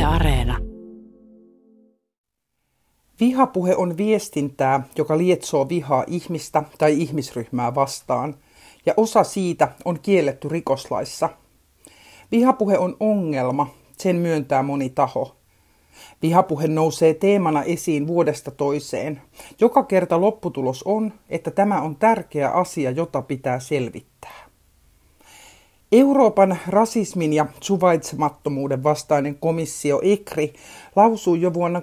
Areena. Vihapuhe on viestintää, joka lietsoo vihaa ihmistä tai ihmisryhmää vastaan, ja osa siitä on kielletty rikoslaissa. Vihapuhe on ongelma, sen myöntää moni taho. Vihapuhe nousee teemana esiin vuodesta toiseen. Joka kerta lopputulos on, että tämä on tärkeä asia, jota pitää selvittää. Euroopan rasismin ja suvaitsemattomuuden vastainen komissio ECRI lausui jo vuonna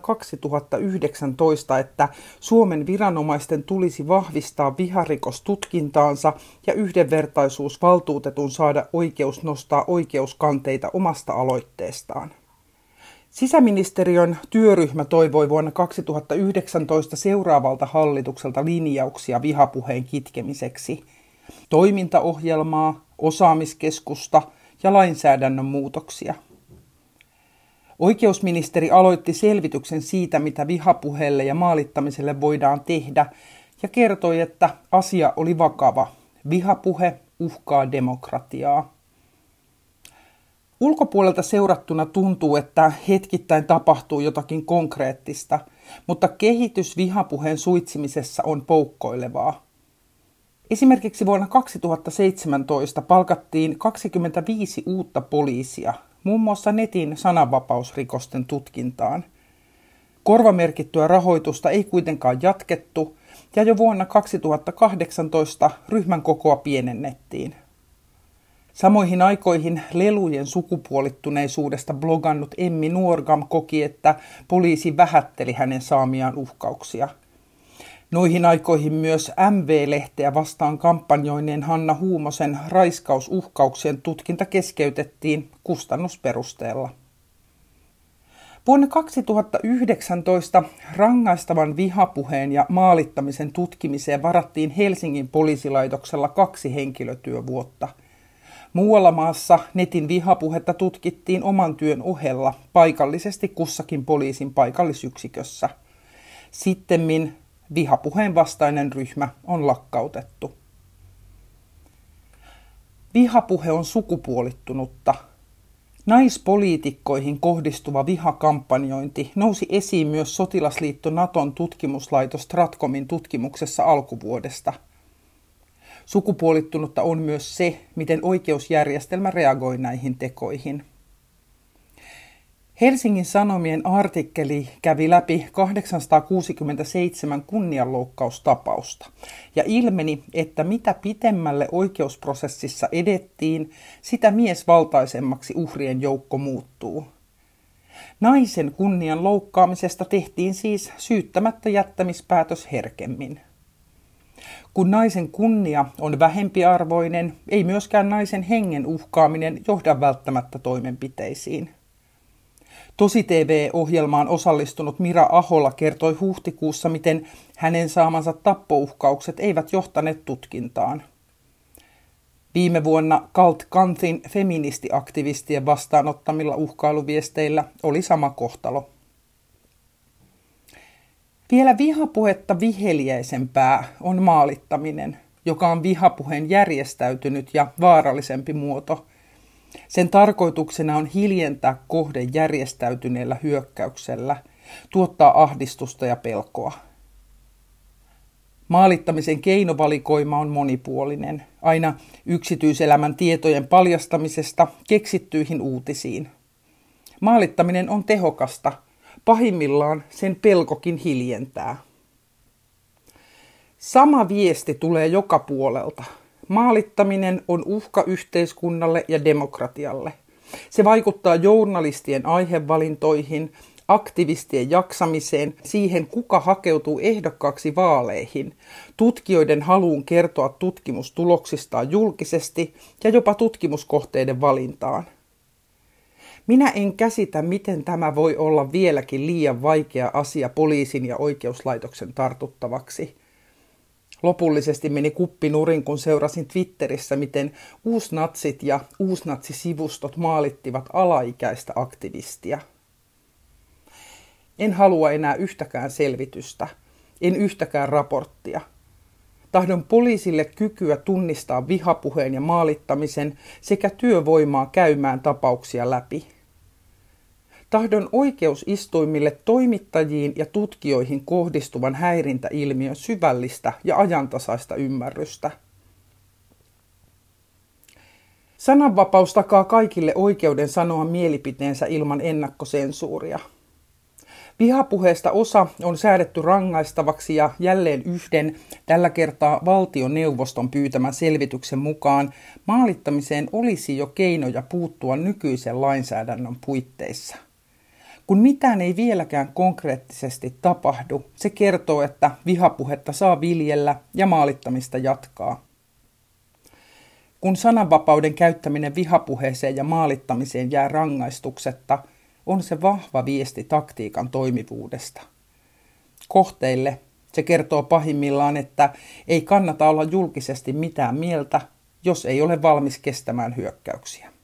2019, että Suomen viranomaisten tulisi vahvistaa viharikostutkintaansa ja yhdenvertaisuusvaltuutetun saada oikeus nostaa oikeuskanteita omasta aloitteestaan. Sisäministeriön työryhmä toivoi vuonna 2019 seuraavalta hallitukselta linjauksia vihapuheen kitkemiseksi, toimintaohjelmaa, osaamiskeskusta ja lainsäädännön muutoksia. Oikeusministeri aloitti selvityksen siitä, mitä vihapuheelle ja maalittamiselle voidaan tehdä, ja kertoi, että asia oli vakava. Vihapuhe uhkaa demokratiaa. Ulkopuolelta seurattuna tuntuu, että hetkittäin tapahtuu jotakin konkreettista, mutta kehitys vihapuheen suitsimisessa on poukkoilevaa. Esimerkiksi vuonna 2017 palkattiin 25 uutta poliisia, muun muassa netin sananvapausrikosten tutkintaan. Korvamerkittyä rahoitusta ei kuitenkaan jatkettu, ja jo vuonna 2018 ryhmän kokoa pienennettiin. Samoihin aikoihin lelujen sukupuolittuneisuudesta blogannut Emmi Nuorgam koki, että poliisi vähätteli hänen saamiaan uhkauksia. Noihin aikoihin myös MV-lehteä vastaan kampanjoineen Hanna Huumosen raiskausuhkauksien tutkinta keskeytettiin kustannusperusteella. Vuonna 2019 rangaistavan vihapuheen ja maalittamisen tutkimiseen varattiin Helsingin poliisilaitoksella 2 henkilötyövuotta. Muualla maassa netin vihapuhetta tutkittiin oman työn ohella paikallisesti kussakin poliisin paikallisyksikössä. Sittemmin vihapuheen vastainen ryhmä on lakkautettu. Vihapuhe on sukupuolittunutta. Naispoliitikkoihin kohdistuva vihakampanjointi nousi esiin myös Sotilasliitto Naton tutkimuslaitos Stratcomin tutkimuksessa alkuvuodesta. Sukupuolittunutta on myös se, miten oikeusjärjestelmä reagoi näihin tekoihin. Helsingin Sanomien artikkeli kävi läpi 867 kunnianloukkaustapausta ja ilmeni, että mitä pitemmälle oikeusprosessissa edettiin, sitä miesvaltaisemmaksi uhrien joukko muuttuu. Naisen kunnian loukkaamisesta tehtiin siis syyttämättä jättämispäätös herkemmin. Kun naisen kunnia on vähempiarvoinen, ei myöskään naisen hengen uhkaaminen johda välttämättä toimenpiteisiin. Tosi-TV-ohjelmaan osallistunut Mira Ahola kertoi huhtikuussa, miten hänen saamansa tappouhkaukset eivät johtaneet tutkintaan. Viime vuonna Cult Canthin feministiaktivistien vastaanottamilla uhkailuviesteillä oli sama kohtalo. Vielä vihapuhetta viheliäisempää on maalittaminen, joka on vihapuheen järjestäytynyt ja vaarallisempi muoto. Sen tarkoituksena on hiljentää kohde järjestäytyneellä hyökkäyksellä, tuottaa ahdistusta ja pelkoa. Maalittamisen keinovalikoima on monipuolinen, aina yksityiselämän tietojen paljastamisesta keksittyihin uutisiin. Maalittaminen on tehokasta, pahimmillaan sen pelkokin hiljentää. Sama viesti tulee joka puolelta. Maalittaminen on uhka yhteiskunnalle ja demokratialle. Se vaikuttaa journalistien aihevalintoihin, aktivistien jaksamiseen, siihen kuka hakeutuu ehdokkaaksi vaaleihin, tutkijoiden haluun kertoa tutkimustuloksistaan julkisesti ja jopa tutkimuskohteiden valintaan. Minä en käsitä, miten tämä voi olla vieläkin liian vaikea asia poliisin ja oikeuslaitoksen tartuttavaksi. Lopullisesti meni kuppi nurin, kun seurasin Twitterissä, miten uusnatsit ja uusnatsisivustot maalittivat alaikäistä aktivistia. En halua enää yhtäkään selvitystä, en yhtäkään raporttia. Tahdon poliisille kykyä tunnistaa vihapuheen ja maalittamisen sekä työvoimaa käymään tapauksia läpi. Tahdon oikeusistuimille toimittajiin ja tutkijoihin kohdistuvan häirintäilmiön syvällistä ja ajantasaista ymmärrystä. Sananvapaus takaa kaikille oikeuden sanoa mielipiteensä ilman ennakkosensuuria. Vihapuheesta osa on säädetty rangaistavaksi ja jälleen yhden, tällä kertaa valtioneuvoston pyytämän selvityksen mukaan maalittamiseen olisi jo keinoja puuttua nykyisen lainsäädännön puitteissa. Kun mitään ei vieläkään konkreettisesti tapahdu, se kertoo, että vihapuhetta saa viljellä ja maalittamista jatkaa. Kun sananvapauden käyttäminen vihapuheeseen ja maalittamiseen jää rangaistuksetta, on se vahva viesti taktiikan toimivuudesta. Kohteille se kertoo pahimmillaan, että ei kannata olla julkisesti mitään mieltä, jos ei ole valmis kestämään hyökkäyksiä.